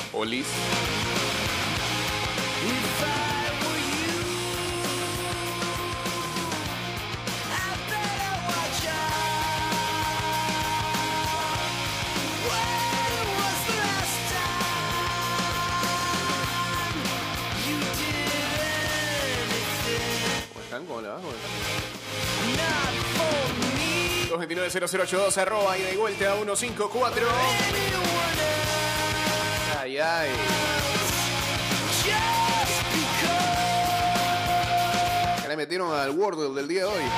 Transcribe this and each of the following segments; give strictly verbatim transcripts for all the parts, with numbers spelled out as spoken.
Olis. ¿Cómo le va? ¿Cómo le va? dos dos nueve cero cero ocho dos arroba y de vuelta a ciento cincuenta y cuatro. Ay, ay. Ya le metieron al Wordle del día de hoy.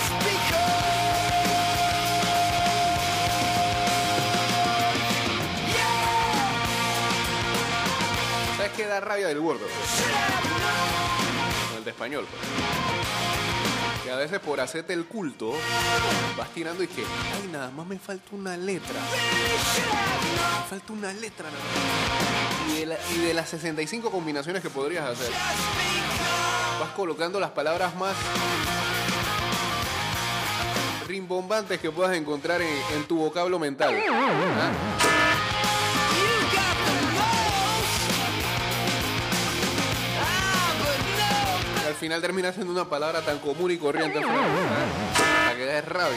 ¿Sabes qué da rabia del Wordle? Con el de español, pues. Que a veces por hacerte el culto vas tirando y que, ay, nada más me falta una letra. Me falta una letra nada más. Y de, la, y de las sesenta y cinco combinaciones que podrías hacer, vas colocando las palabras más rimbombantes que puedas encontrar en, en tu vocablo mental. ¿Ah? Al final termina siendo una palabra tan común y corriente, la que da es rabia.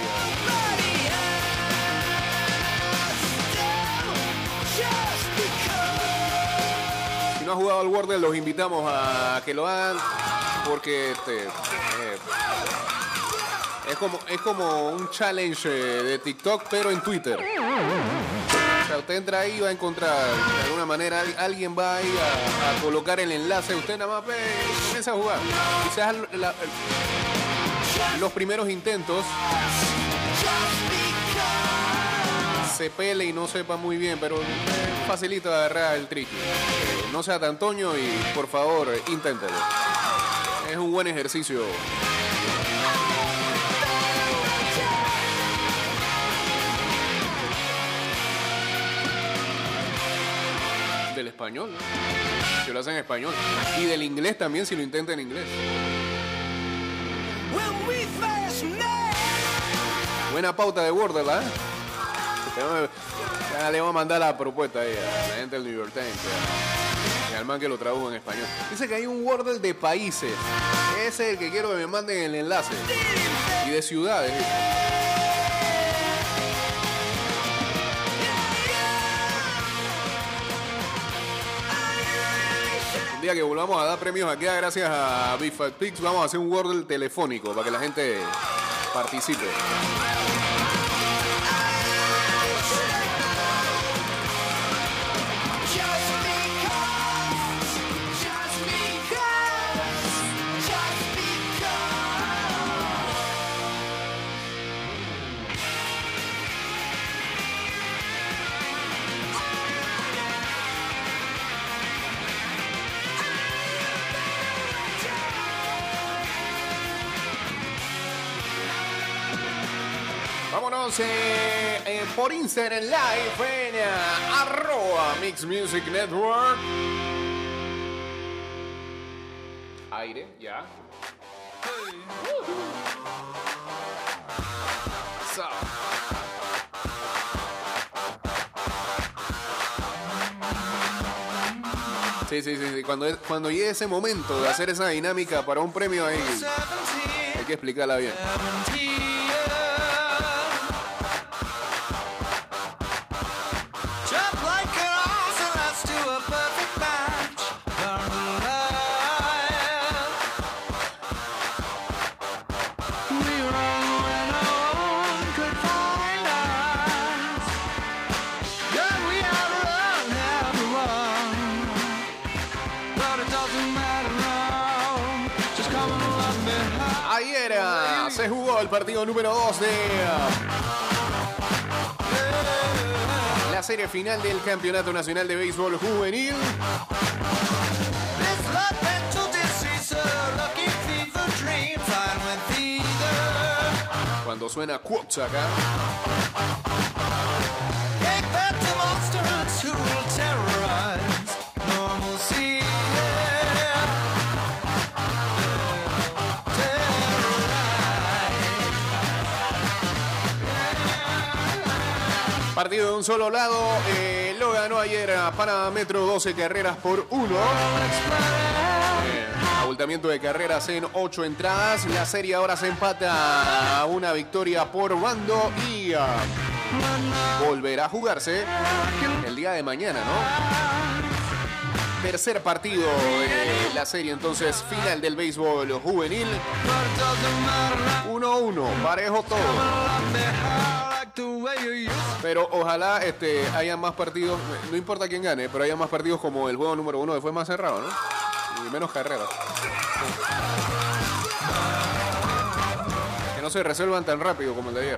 Si no has jugado al Wordle, los invitamos a que lo hagan porque este, eh, es como es como un challenge de TikTok, pero en Twitter. O sea, usted entra ahí y va a encontrar, de alguna manera, alguien va ahí a, a colocar el enlace. Usted nada más ve y comienza a jugar. Quizás la, la, los primeros intentos se pele y no sepa muy bien, pero es facilito agarrar el tricky. No sea tan toño y, por favor, inténtelo. Es un buen ejercicio. Del español, ¿no? Si lo hacen en español. Y del inglés también, si lo intenta en inglés. Buena pauta de Wordle, ¿eh? Ya le voy a mandar la propuesta ahí a la gente del New York Times y al man que lo tradujo en español. Dice que hay un Wordle de países. Ese es el que quiero que me manden el enlace. Y de ciudades. Un día que volvamos a dar premios aquí, gracias a Big Fat Pigs, vamos a hacer un Wordle telefónico para que la gente participe. Vámonos eh, eh, por Instagram Live en uh, arroba Mix Music Network. Aire, ya. So. Sí, sí, sí, sí. Cuando, cuando llegue ese momento de hacer esa dinámica para un premio ahí, hay que explicarla bien. Ayer se jugó el partido número dos de la serie final del Campeonato Nacional de Béisbol Juvenil. Cuando suena Quotes acá. Partido de un solo lado. Eh, lo ganó ayer a Panamá Metro doce carreras por uno. Eh, abultamiento de carreras en ocho entradas. La serie ahora se empata a una victoria por bando y uh, volverá a jugarse el día de mañana, ¿no? Tercer partido de la serie, entonces, final del béisbol juvenil. uno uno, parejo todo. Pero ojalá este, haya más partidos, no importa quién gane, pero haya más partidos como el juego número uno que fue más cerrado, ¿no? Y menos carreras. Que no se resuelvan tan rápido como el de ayer.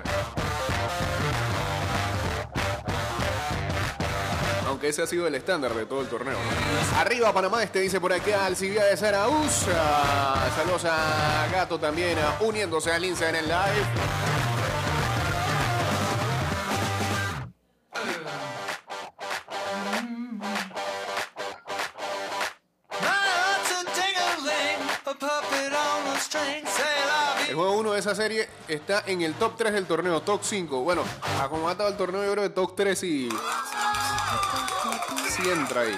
Aunque ese ha sido el estándar de todo el torneo. Arriba Panamá Este, dice por acá Alcibiades Araúz. Uh, saludos a Gato también uh, uniéndose al Insta en el live. El juego uno de esa serie está en el top tres del torneo, top cinco. Bueno, a como ha estado el torneo, yo creo que top tres y... sí entra ahí.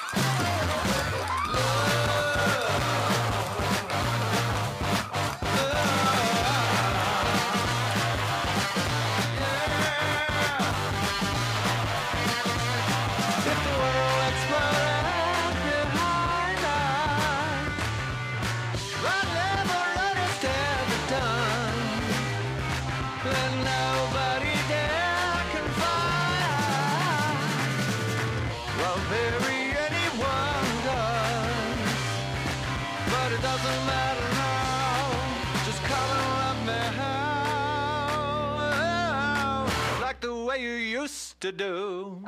To do.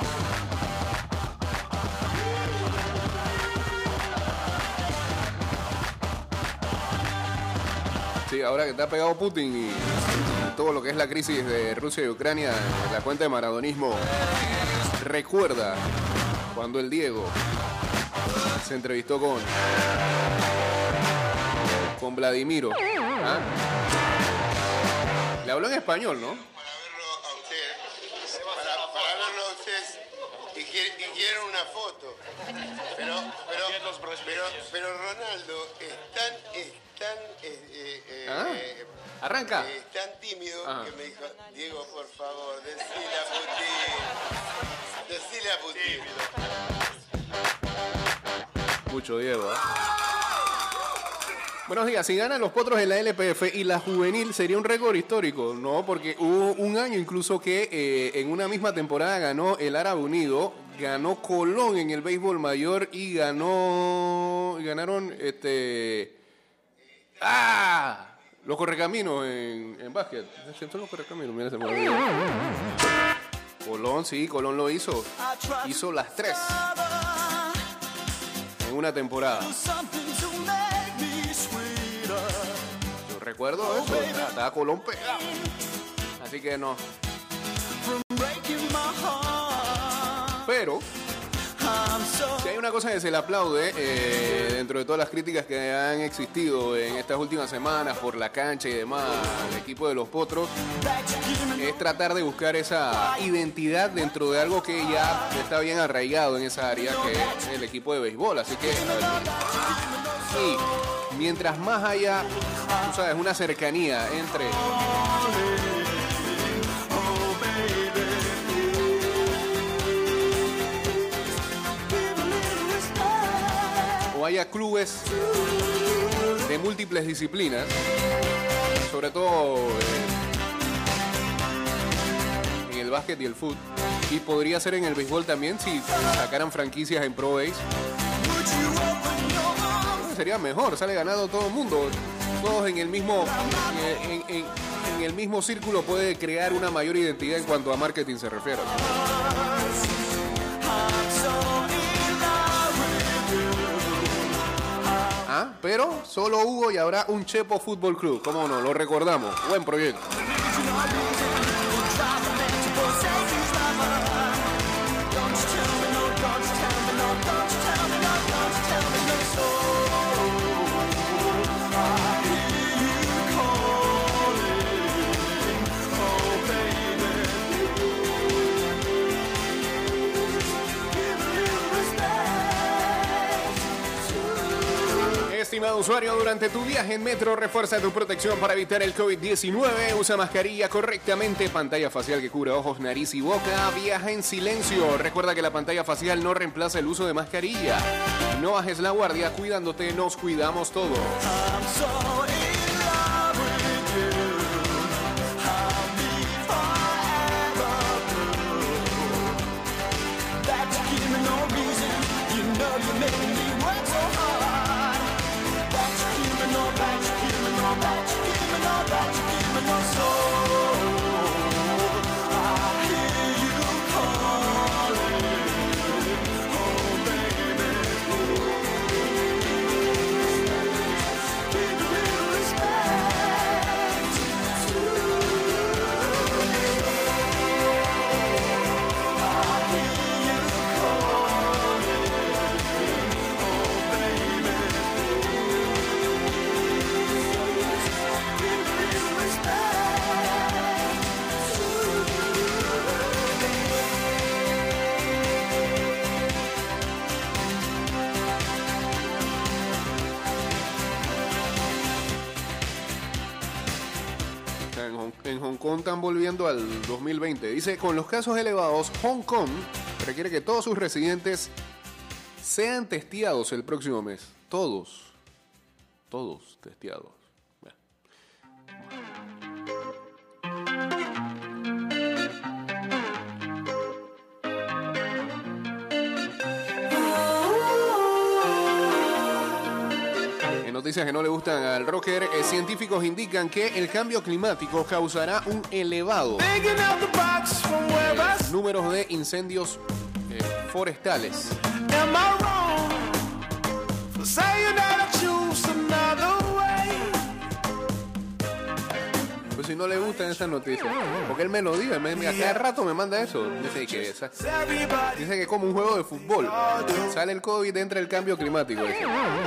Sí, ahora que está pegado Putin y todo lo que es la crisis de Rusia y Ucrania, la cuenta de maradonismo recuerda cuando el Diego se entrevistó con con Vladimiro. ¿Ah? Le habló en español, ¿no? Quiero una foto, pero pero pero, pero Ronaldo es tan es tan eh, eh, ¿Ah? eh, arranca es tan tímido ah. que me dijo, Diego, por favor, decile a Putin, decile a Putin. Mucho Diego, ¿eh? Buenos días, si ganan los Potros en la L P F y la juvenil sería un récord histórico, ¿no? Porque hubo un año incluso que eh, en una misma temporada ganó el Árabe Unido, ganó Colón en el béisbol mayor y ganó, ganaron este, ¡ah! Los Correcaminos en, en básquet. Son los Correcaminos, mira, se me olvidó. Colón, sí, Colón lo hizo, hizo las tres en una temporada. Recuerdo eso, estaba, estaba Colón pegado. Así que no. Pero si hay una cosa que se le aplaude eh, dentro de todas las críticas que han existido en estas últimas semanas por la cancha y demás, el equipo de los Potros, es tratar de buscar esa identidad dentro de algo que ya está bien arraigado en esa área, que es el equipo de béisbol. Así que sí, mientras más haya, tú sabes, una cercanía entre o haya clubes de múltiples disciplinas, sobre todo en el básquet y el fútbol, y podría ser en el béisbol también si sacaran franquicias en Pro Base. Sería mejor, sale ganado todo el mundo, todos en el mismo en, en, en, en el mismo círculo, puede crear una mayor identidad en cuanto a marketing se refiere. Ah, pero solo hubo y habrá un Chepo Fútbol Club, cómo no, lo recordamos, buen proyecto. estimado usuario, durante tu viaje en metro, refuerza tu protección para evitar el COVID diecinueve. Usa mascarilla correctamente, pantalla facial que cubra ojos, nariz y boca. Viaja en silencio. Recuerda que la pantalla facial no reemplaza el uso de mascarilla. No bajes la guardia, cuidándote, nos cuidamos todos. En Hong Kong están volviendo al dos mil veinte. Dice, con los casos elevados, Hong Kong requiere que todos sus residentes sean testeados el próximo mes. Todos. Todos testeados. Bueno. Noticias que no le gustan al rocker, eh, científicos indican que el cambio climático causará un elevado eh, número de incendios eh, forestales. Pues si no le gustan esas noticias, porque él me lo dice, me, a cada rato me manda eso. Dice que, esa, dice que como un juego de fútbol, sale el COVID, entra el cambio climático. Dice.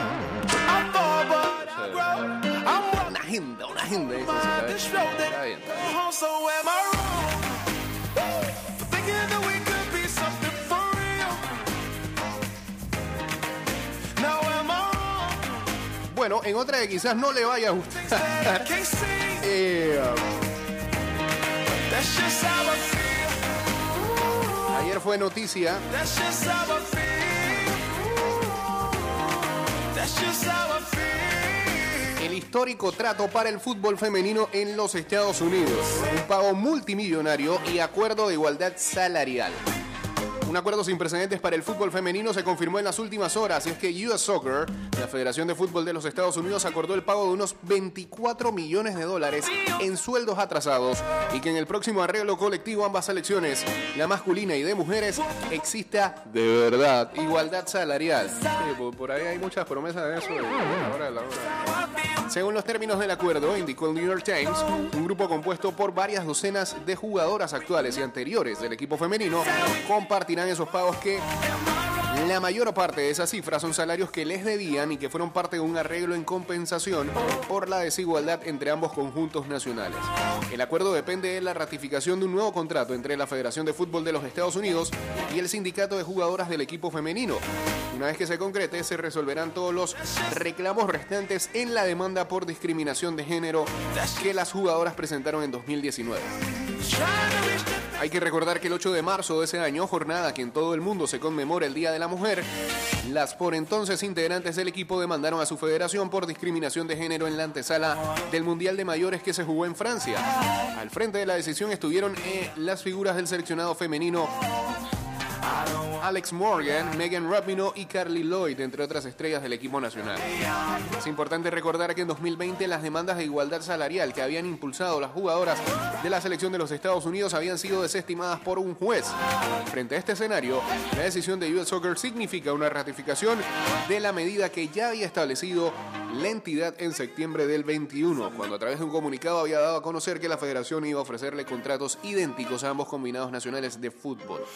Una agenda, una agenda. Dice, está bien, está bien. Bueno, en otra que quizás no le vaya a gustar. eh, ayer fue noticia el histórico trato para el fútbol femenino en los Estados Unidos. Un pago multimillonario y acuerdo de igualdad salarial. Un acuerdo sin precedentes para el fútbol femenino se confirmó en las últimas horas, y es que U S Soccer, la Federación de Fútbol de los Estados Unidos, acordó el pago de unos veinticuatro millones de dólares en sueldos atrasados y que en el próximo arreglo colectivo ambas selecciones, la masculina y de mujeres, exista de verdad igualdad salarial. Sí, por, por ahí hay muchas promesas de eso. De la hora de la hora. Según los términos del acuerdo, indicó el New York Times, un grupo compuesto por varias docenas de jugadoras actuales y anteriores del equipo femenino compartirán esos pagos que la mayor parte de esas cifras son salarios que les debían y que fueron parte de un arreglo en compensación por la desigualdad entre ambos conjuntos nacionales. El acuerdo depende de la ratificación de un nuevo contrato entre la Federación de Fútbol de los Estados Unidos y el Sindicato de Jugadoras del equipo femenino. Una vez que se concrete, se resolverán todos los reclamos restantes en la demanda por discriminación de género que las jugadoras presentaron en dos mil diecinueve. Hay que recordar que el ocho de marzo de ese año, jornada que en todo el mundo se conmemora el Día de la Mujer, las por entonces integrantes del equipo demandaron a su federación por discriminación de género en la antesala del Mundial de Mayores que se jugó en Francia. Al frente de la decisión estuvieron eh, las figuras del seleccionado femenino Alex Morgan, Megan Rapinoe y Carly Lloyd, entre otras estrellas del equipo nacional. Es importante recordar que en dos mil veinte las demandas de igualdad salarial que habían impulsado las jugadoras de la selección de los Estados Unidos habían sido desestimadas por un juez. Frente a este escenario, la decisión de U S Soccer significa una ratificación de la medida que ya había establecido la entidad en septiembre del veintiuno, cuando a través de un comunicado había dado a conocer que la federación iba a ofrecerle contratos idénticos a ambos combinados nacionales de fútbol.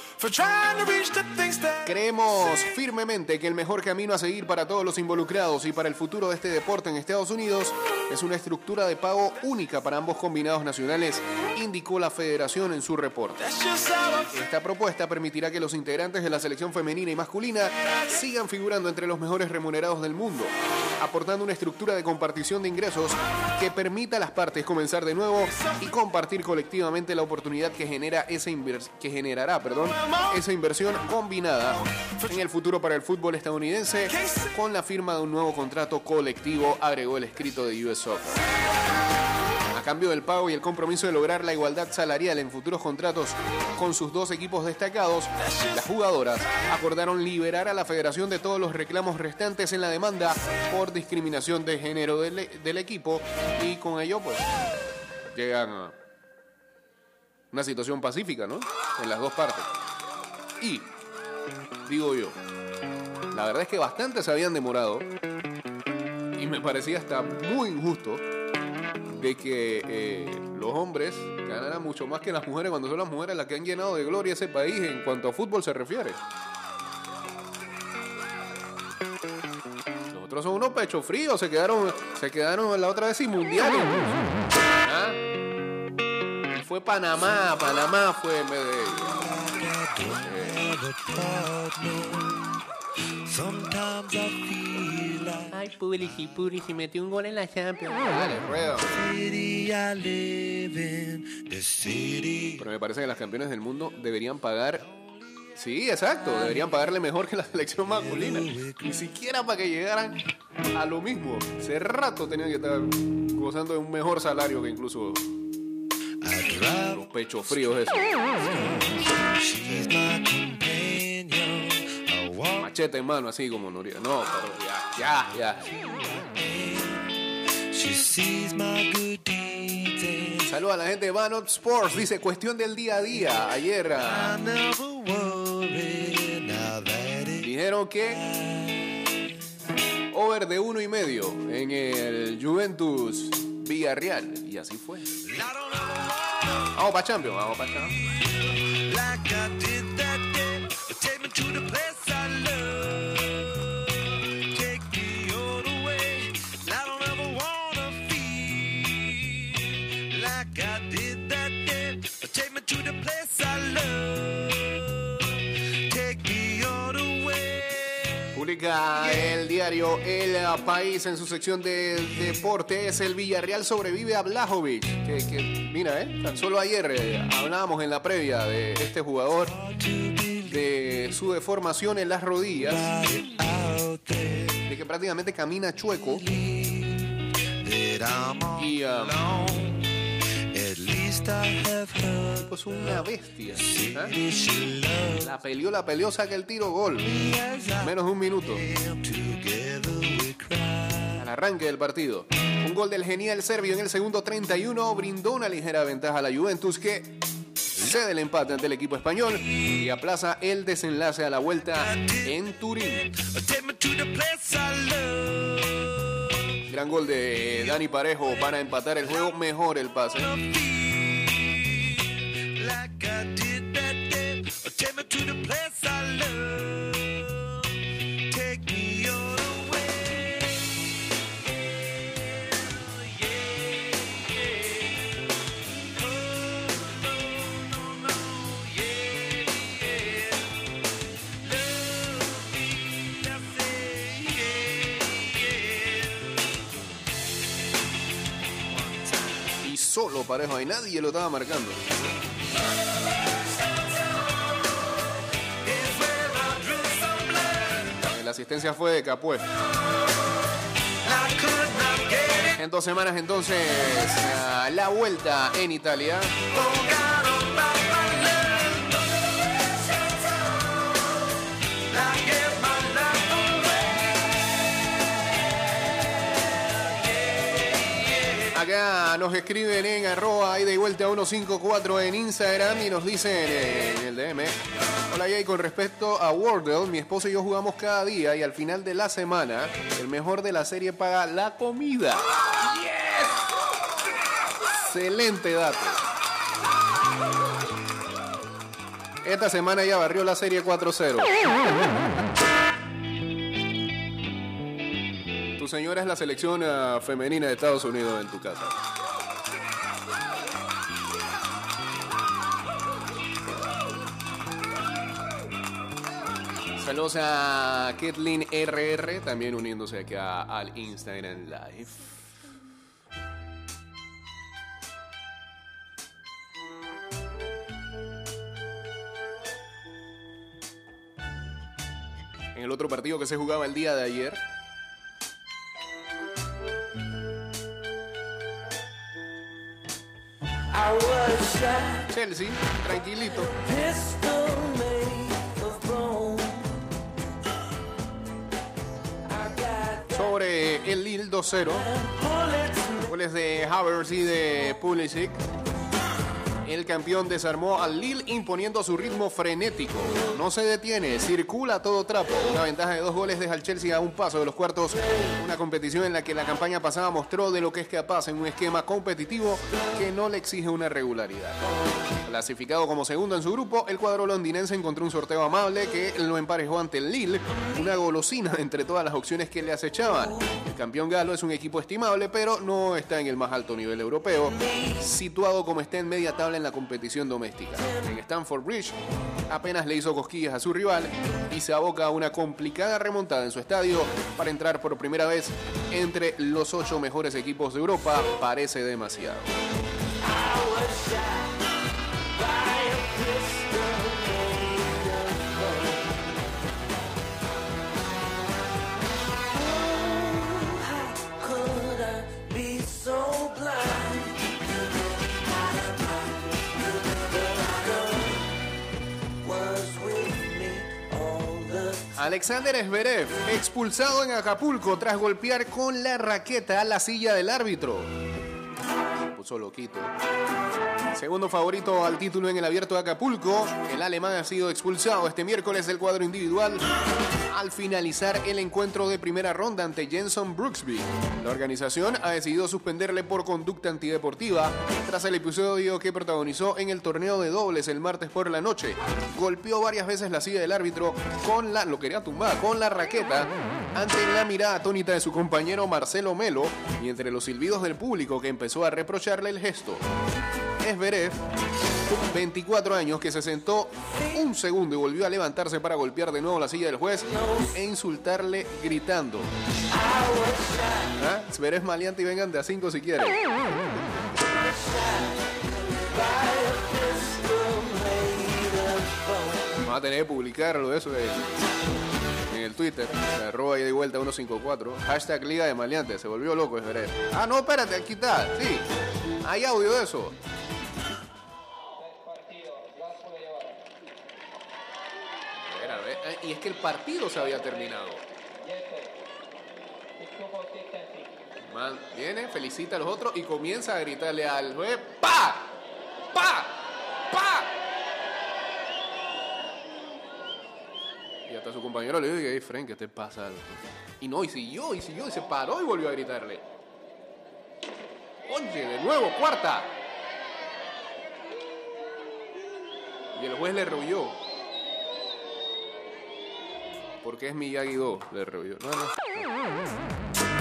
Creemos firmemente que el mejor camino a seguir para todos los involucrados y para el futuro de este deporte en Estados Unidos es una estructura de pago única para ambos combinados nacionales, indicó la federación en su reporte. Esta propuesta permitirá que los integrantes de la selección femenina y masculina sigan figurando entre los mejores remunerados del mundo. aportando una estructura de compartición de ingresos que permita a las partes comenzar de nuevo y compartir colectivamente la oportunidad que genera esa invers- que generará, perdón, esa inversión combinada en el futuro para el fútbol estadounidense con la firma de un nuevo contrato colectivo, agregó el escrito de U S Soccer. A cambio del pago y el compromiso de lograr la igualdad salarial en futuros contratos con sus dos equipos destacados, las jugadoras acordaron liberar a la federación de todos los reclamos restantes en la demanda por discriminación de género del, del equipo y con ello pues llegan a una situación pacífica, ¿no? En las dos partes. Y, digo yo, la verdad es que bastante se habían demorado y me parecía hasta muy injusto de que eh, los hombres ganaran mucho más que las mujeres cuando son las mujeres las que han llenado de gloria ese país en cuanto a fútbol se refiere. Los otros son unos pechos fríos, se quedaron, se quedaron la otra vez sin mundiales. ¿Ah? Fue Panamá, Panamá fue en vez de ay, Pulisic, Pulisic metió un gol en la Champions. Dale, rueda. Pero me parece que las campeones del mundo deberían pagar. Sí, exacto, deberían pagarle mejor que la selección masculina. Ni siquiera para que llegaran a lo mismo. Hace rato tenían que estar gozando de un mejor salario que incluso los pechos fríos esos. Machete en mano, así como Noriega. No, pero ya, ya, ya. Saludos a la gente de Banot Sports. Dice, cuestión del día a día. Ayer uh, dijeron que over de uno y medio en el Juventus Villarreal. Y así fue. Vamos para Champions, vamos para Champions. Publica el diario El País en su sección de deportes. El Villarreal sobrevive a Blažević. Que, que, mira, eh, tan solo ayer eh, hablábamos en la previa de este jugador, de su deformación en las rodillas, de que prácticamente camina chueco. Y um, pues una bestia, ¿eh? La peleó, la peleó, saca el tiro, gol. Menos de un minuto al arranque del partido. Un gol del genial serbio en el segundo treinta y uno brindó una ligera ventaja a la Juventus, que cede el empate ante el equipo español y aplaza el desenlace a la vuelta en Turín. Gran gol de Dani Parejo para empatar el juego, mejor el pase. Solo Parejo, ahí nadie lo estaba marcando. La asistencia fue de Capué. En dos semanas entonces la vuelta en Italia. Acá nos escriben en arroba ida y vuelta ciento cincuenta y cuatro en Instagram y nos dicen en el D M: hola Jay, con respecto a Wordle, mi esposo y yo jugamos cada día y al final de la semana el mejor de la serie paga la comida. Yes. Excelente dato. Esta semana ya barrió la serie cuatro cero. Tu señora es la selección uh, femenina de Estados Unidos en tu casa. Saludos a Kathleen R R, también uniéndose acá al Instagram Live. En el otro partido que se jugaba el día de ayer, Chelsea, tranquilito. Sobre el Lille dos cero. Goles de Havertz y de Pulisic. El campeón desarmó al Lille imponiendo su ritmo frenético. No se detiene, circula a todo trapo. Una ventaja de dos goles deja al Chelsea a un paso de los cuartos. Una competición en la que la campaña pasada mostró de lo que es capaz en un esquema competitivo que no le exige una regularidad. Clasificado como segundo en su grupo, el cuadro londinense encontró un sorteo amable que lo emparejó ante el Lille, una golosina entre todas las opciones que le acechaban. El campeón galo es un equipo estimable, pero no está en el más alto nivel europeo, situado como está en media tabla en la competición doméstica. En Stamford Bridge apenas le hizo cosquillas a su rival y se aboca a una complicada remontada en su estadio para entrar por primera vez entre los ocho mejores equipos de Europa. Parece demasiado. Alexander Zverev, expulsado en Acapulco tras golpear con la raqueta a la silla del árbitro. Se puso loquito. Segundo favorito al título en el Abierto de Acapulco, el alemán ha sido expulsado este miércoles del cuadro individual al finalizar el encuentro de primera ronda ante Jenson Brooksby. La organización ha decidido suspenderle por conducta antideportiva tras el episodio que protagonizó en el torneo de dobles el martes por la noche. Golpeó varias veces la silla del árbitro con la, lo quería tumbar, con la raqueta ante la mirada atónita de su compañero Marcelo Melo y entre los silbidos del público que empezó a reprocharle el gesto. Zverev, veinticuatro años, que se sentó un segundo y volvió a levantarse para golpear de nuevo la silla del juez e insultarle gritando. ¿Ah? Zverev maleante y vengan de a cinco si quieren. Vamos a tener que publicarlo eso de, en el Twitter, arroba y de vuelta ciento cincuenta y cuatro, hashtag Liga de Maleantes. Se volvió loco Zverev. Ah, no, espérate, aquí está, sí, hay audio de eso. Y es que el partido se había terminado. Man, viene, felicita a los otros y comienza a gritarle al juez: ¡Pa! ¡Pa! ¡Pa! Y hasta su compañero le dice: hey, Frank, ¿qué te pasa? Y no, y siguió, y siguió, y se paró y volvió a gritarle. Oye, de nuevo, cuarta. Y el juez le rehuyó. Porque es Miyagi-Do, le rehuyó. No, no.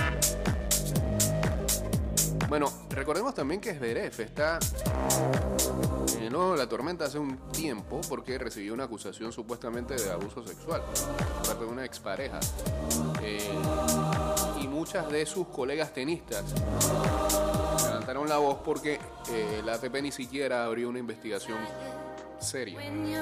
Bueno, recordemos también que Zverev está en ojo de la tormenta hace un tiempo porque recibió una acusación supuestamente de abuso sexual por parte de una expareja. Eh, y muchas de sus colegas tenistas levantaron la voz porque eh, la A T P ni siquiera abrió una investigación seria.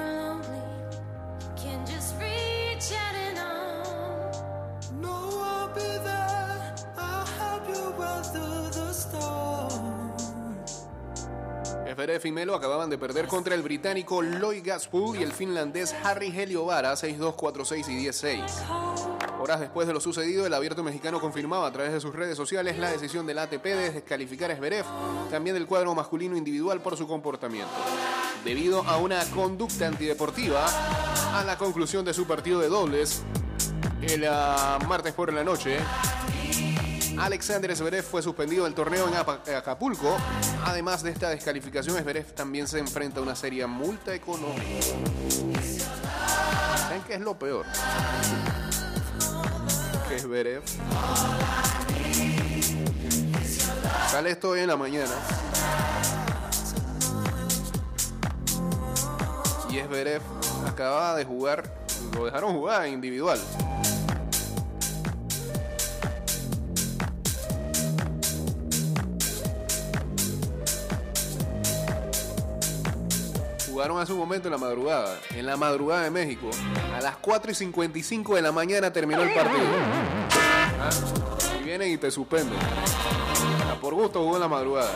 Zverev y Melo acababan de perder contra el británico Lloyd Gaspul y el finlandés Harri Heliovara seis dos, cuatro seis y diez seis. Horas después de lo sucedido, el abierto mexicano confirmaba a través de sus redes sociales la decisión del A T P de descalificar a Zverev, también del cuadro masculino individual, por su comportamiento, debido a una conducta antideportiva. A la conclusión de su partido de dobles el uh, martes por la noche, Alexander Zverev fue suspendido del torneo en Acapulco. Además de esta descalificación, Zverev también se enfrenta a una seria multa económica. ¿Saben qué es lo peor? Que Zverev sale esto hoy en la mañana y Zverev acababa de jugar lo dejaron jugar individual. Jugaron hace un momento en la madrugada, en la madrugada de México. A las cuatro y cincuenta y cinco de la mañana terminó el partido. ¿Ah? Y vienen y te suspenden. A por gusto jugó en la madrugada.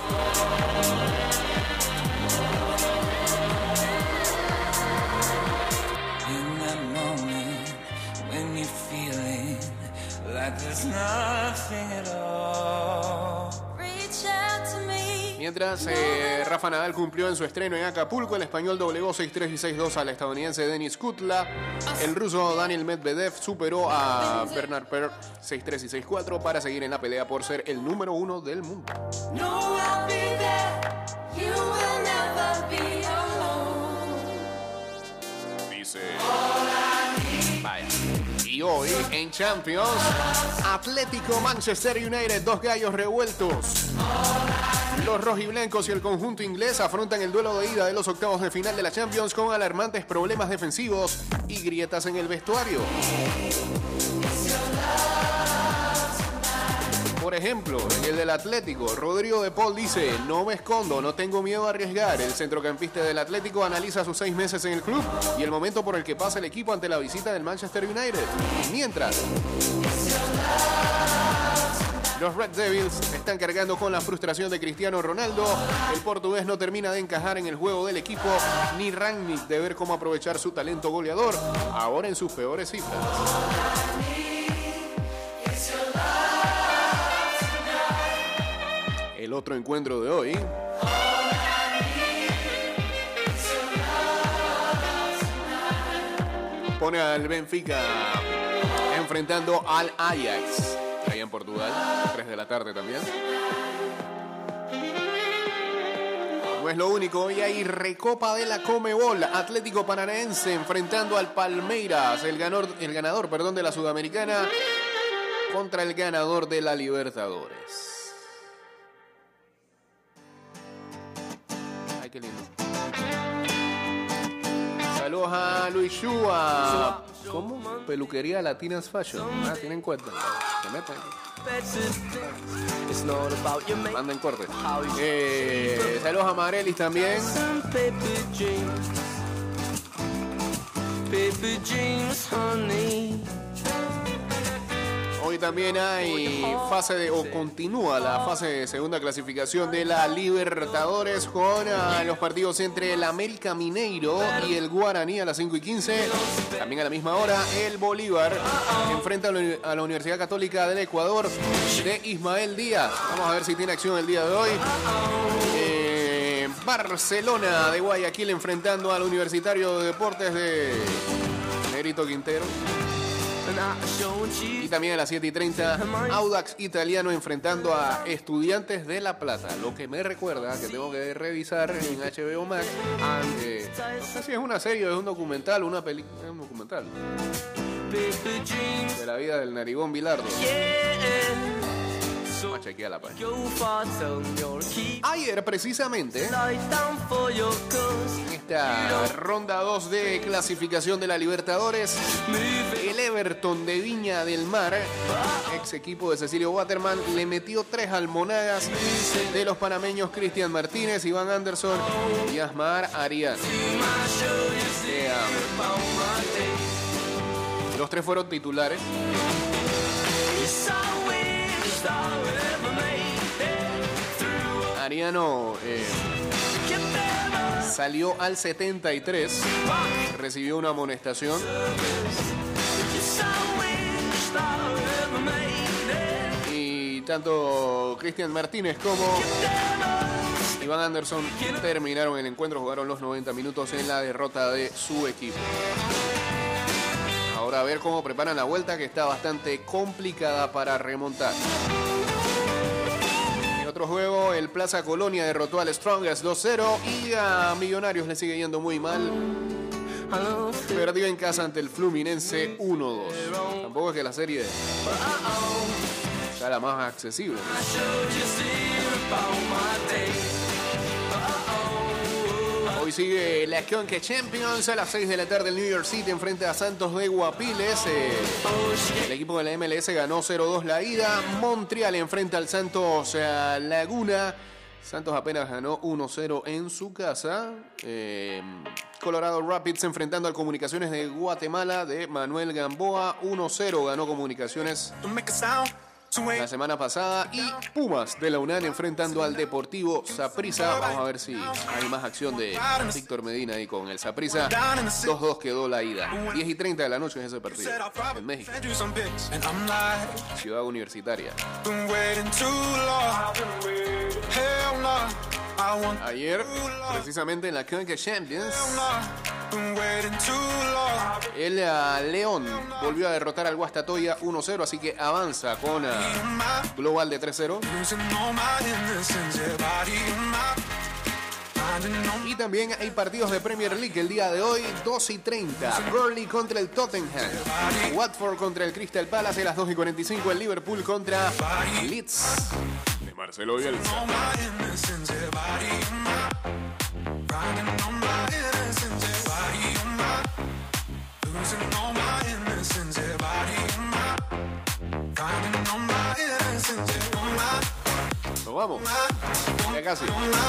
Mientras eh, Rafa Nadal cumplió en su estreno en Acapulco, el español doblegó seis tres y seis dos al estadounidense Denis Kutla. El ruso Daniil Medvedev superó a Bernard Per seis tres y seis cuatro para seguir en la pelea por ser el número uno del mundo. Dice... Vaya. Y hoy en Champions, Atlético Manchester United, dos gallos revueltos. Los rojiblancos y el conjunto inglés afrontan el duelo de ida de los octavos de final de la Champions con alarmantes problemas defensivos y grietas en el vestuario. Por ejemplo, en el del Atlético, Rodrigo de Paul dice: no me escondo, no tengo miedo a arriesgar. El centrocampista del Atlético analiza sus seis meses en el club y el momento por el que pasa el equipo ante la visita del Manchester United. Mientras, los Red Devils están cargando con la frustración de Cristiano Ronaldo. El portugués no termina de encajar en el juego del equipo, ni Rangnick de ver cómo aprovechar su talento goleador, ahora en sus peores cifras. El otro encuentro de hoy. Pone al Benfica enfrentando al Ajax, allá en Portugal, tres de la tarde también. No es lo único, hoy hay Recopa de la Conmebol. Atlético Paranaense enfrentando al Palmeiras, el ganador, el ganador perdón, de la Sudamericana contra el ganador de la Libertadores. Qué lindo. Saludos a Luis Shua. ¿Cómo? Peluquería Latinas Fashion. Ah, tienen cuenta. Se meten. Manden corte. Eh, saludos a Marelis también. Hoy también hay fase de, o continúa la fase de segunda clasificación de la Libertadores con uh, los partidos entre el América Mineiro y el Guaraní a las cinco y quince. También a la misma hora, el Bolívar enfrenta a la, a la Universidad Católica del Ecuador de Ismael Díaz. Vamos a ver si tiene acción el día de hoy. Eh, Barcelona de Guayaquil enfrentando al Universitario de Deportes de Negrito Quintero. Y también a las siete y treinta, Audax Italiano enfrentando a Estudiantes de La Plata. Lo que me recuerda que tengo que revisar en H B O Max. Eh, no sé si es una serie o es un documental, una película. Es un documental de la vida del narigón Bilardo. Vamos a chequear la página. Ayer, precisamente, en esta ronda dos de clasificación de la Libertadores, el Everton de Viña del Mar, ex equipo de Cecilio Waterman, le metió tres al Monagas de los panameños Cristian Martínez, Iván Anderson y Asmar Arias. Eh, los tres fueron titulares. Ariano eh, salió al setenta y tres, recibió una amonestación. Y tanto Cristian Martínez como Iván Anderson terminaron el encuentro, jugaron los noventa minutos en la derrota de su equipo. Ahora a ver cómo preparan la vuelta, que está bastante complicada para remontar. En otro juego, el Plaza Colonia derrotó al Strongest dos cero y a Millonarios le sigue yendo muy mal. Perdió en casa ante el Fluminense uno dos. Tampoco es que la serie sea la más accesible. Hoy Hoy sigue la Conca Champions a las seis de la tarde. El New York City enfrenta a Santos de Guapiles. Eh, el equipo de la M L S ganó cero dos la ida. Montreal enfrenta al Santos eh, Laguna. Santos apenas ganó uno cero en su casa. Eh, Colorado Rapids enfrentando al Comunicaciones de Guatemala de Manuel Gamboa. uno cero ganó Comunicaciones la semana pasada. Y Pumas de la UNAM enfrentando al Deportivo Saprissa. Vamos a ver si hay más acción de Víctor Medina ahí con el Saprissa. dos dos quedó la ida. diez y treinta de la noche es ese partido en México, Ciudad Universitaria. Ayer, precisamente en la Conca Champions, el uh, León volvió a derrotar al Guastatoya uno cero, así que avanza con uh, global de tres cero. Y también hay partidos de Premier League el día de hoy, dos y treinta. Burnley contra el Tottenham. Watford contra el Crystal Palace a las dos y cuarenta y cinco. El Liverpool contra Leeds de Marcelo Bielsa. Nos vamos. Ya casi.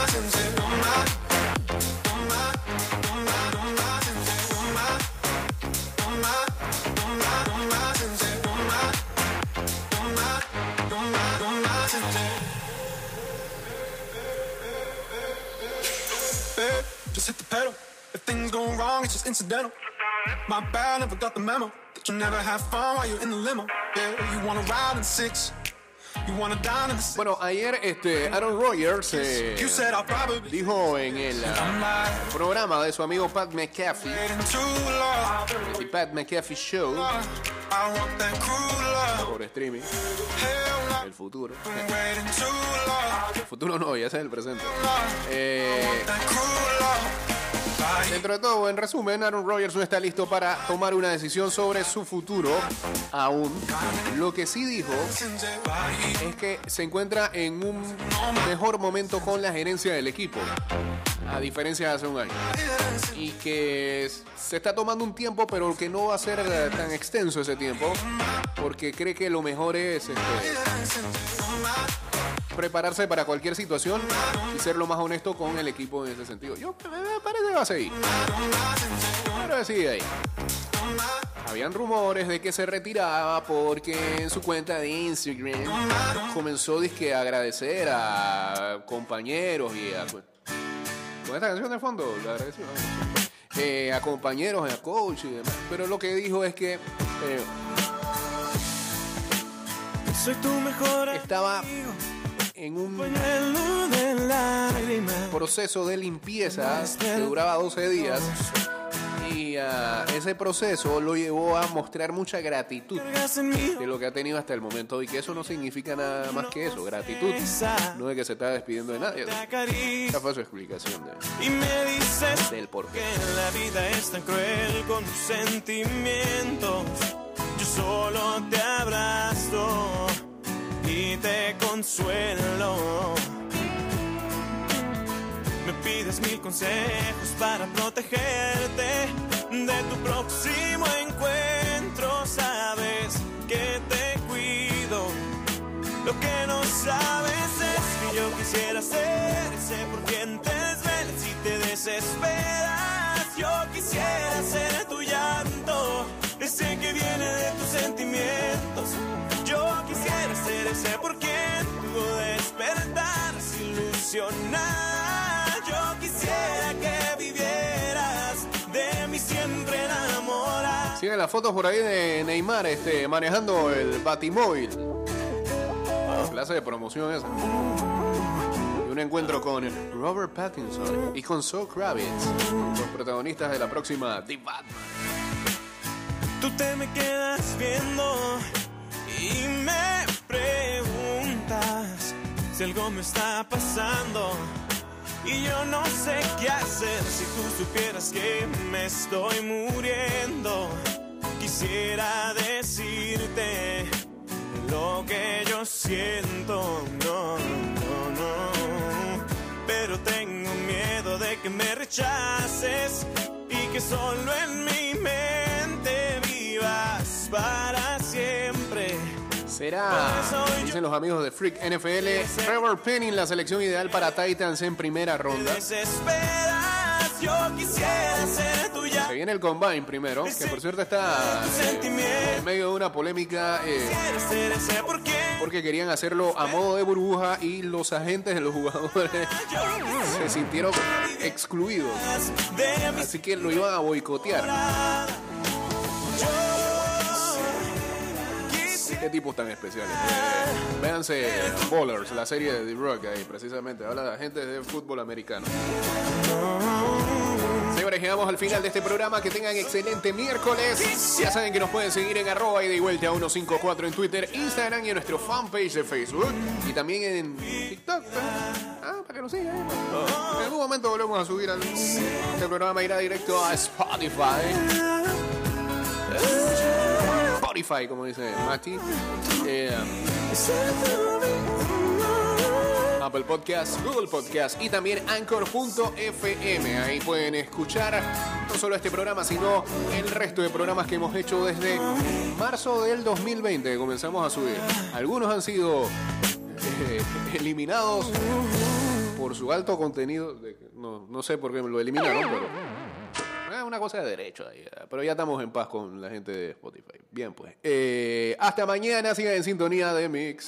Just hit the pedal. If things go wrong, it's just incidental. My bad, never got the memo that you never have fun while you're in the limo. Yeah, you wanna ride in six. Bueno, ayer este Aaron Rodgers eh, dijo en el uh, programa de su amigo Pat McAfee, el Pat McAfee Show, por streaming, el futuro. El futuro no, ya ese es el presente. Eh, Dentro de todo, en resumen, Aaron Rodgers no está listo para tomar una decisión sobre su futuro aún. Lo que sí dijo es que se encuentra en un mejor momento con la gerencia del equipo, a diferencia de hace un año, y que se está tomando un tiempo, pero que no va a ser tan extenso ese tiempo, porque cree que lo mejor es este, prepararse para cualquier situación y ser lo más honesto con el equipo en ese sentido. Yo me parece que va a seguir, pero sigue ahí. Habían rumores de que se retiraba porque en su cuenta de Instagram comenzó dizque, a agradecer a compañeros y a... Con esta canción de fondo, la agradeció, ¿no? eh, a compañeros, a coach y demás. Pero lo que dijo es que... Eh, Soy tu mejor estaba en un proceso de limpieza que duraba doce días, y uh, ese proceso lo llevó a mostrar mucha gratitud de lo que ha tenido hasta el momento, y que eso no significa nada más que eso, gratitud, no de que se está despidiendo de nadie. Esa fue su explicación de, y me dices del porqué. Que la vida es tan cruel con tus sentimientos. Yo solo te abrazo y te consuelo. Me pides mil consejos para protegerte de tu próximo encuentro. Sabes que te cuido. Lo que no sabes es que yo quisiera ser ese por quien te desvelas y te desesperas. Yo quisiera ser tu llanto, ese que viene de tus sentimientos. Yo quisiera ser ese por quien pudo despertar, ilusionar. Yo quisiera que vivieras de mí siempre enamorada. Siguen las fotos por ahí de Neymar este, manejando el Batimóvil. Clase de promoción esa. Y un encuentro con Robert Pattinson y con Zoe Kravitz, los protagonistas de la próxima The Batman. Tú te me quedas viendo y me preguntas si algo me está pasando y yo no sé qué hacer. Si tú supieras que me estoy muriendo, quisiera decirte lo que yo siento, no, no, no, pero tengo miedo de que me rechaces y que solo en mi mente vivas para siempre. Será, dicen los amigos de Freak N F L, Trevor Penning la selección ideal para Titans en primera ronda. Desesperas, yo quisiera ser tuya. Se viene el Combine primero, que por cierto está eh, en medio de una polémica eh, porque querían hacerlo a modo de burbuja y los agentes de los jugadores se sintieron excluidos, así que lo iban a boicotear. Qué tipos tan especiales. Eh, véanse Ballers, la serie de The Rock ahí, precisamente. Habla de agentes de fútbol americano. Señores, llegamos al final de este programa. Que tengan excelente miércoles. Ya saben que nos pueden seguir en arroba ida y vuelta a ciento cincuenta y cuatro en Twitter, Instagram y en nuestro fanpage de Facebook. Y también en TikTok. Ah, para que nos sigan. En algún momento volvemos a subir al... Este programa irá directo a Spotify. Spotify, como dice Mati. Eh, Apple Podcast, Google Podcast y también Anchor punto f m. Ahí pueden escuchar no solo este programa, sino el resto de programas que hemos hecho desde marzo del dos mil veinte que comenzamos a subir. Algunos han sido eh, eliminados por su alto contenido. De, no, no sé por qué me lo eliminaron, pero... Es una cosa de derecho ahí, pero ya estamos en paz con la gente de Spotify. Bien, pues. Eh, hasta mañana, sigan en sintonía de Mix.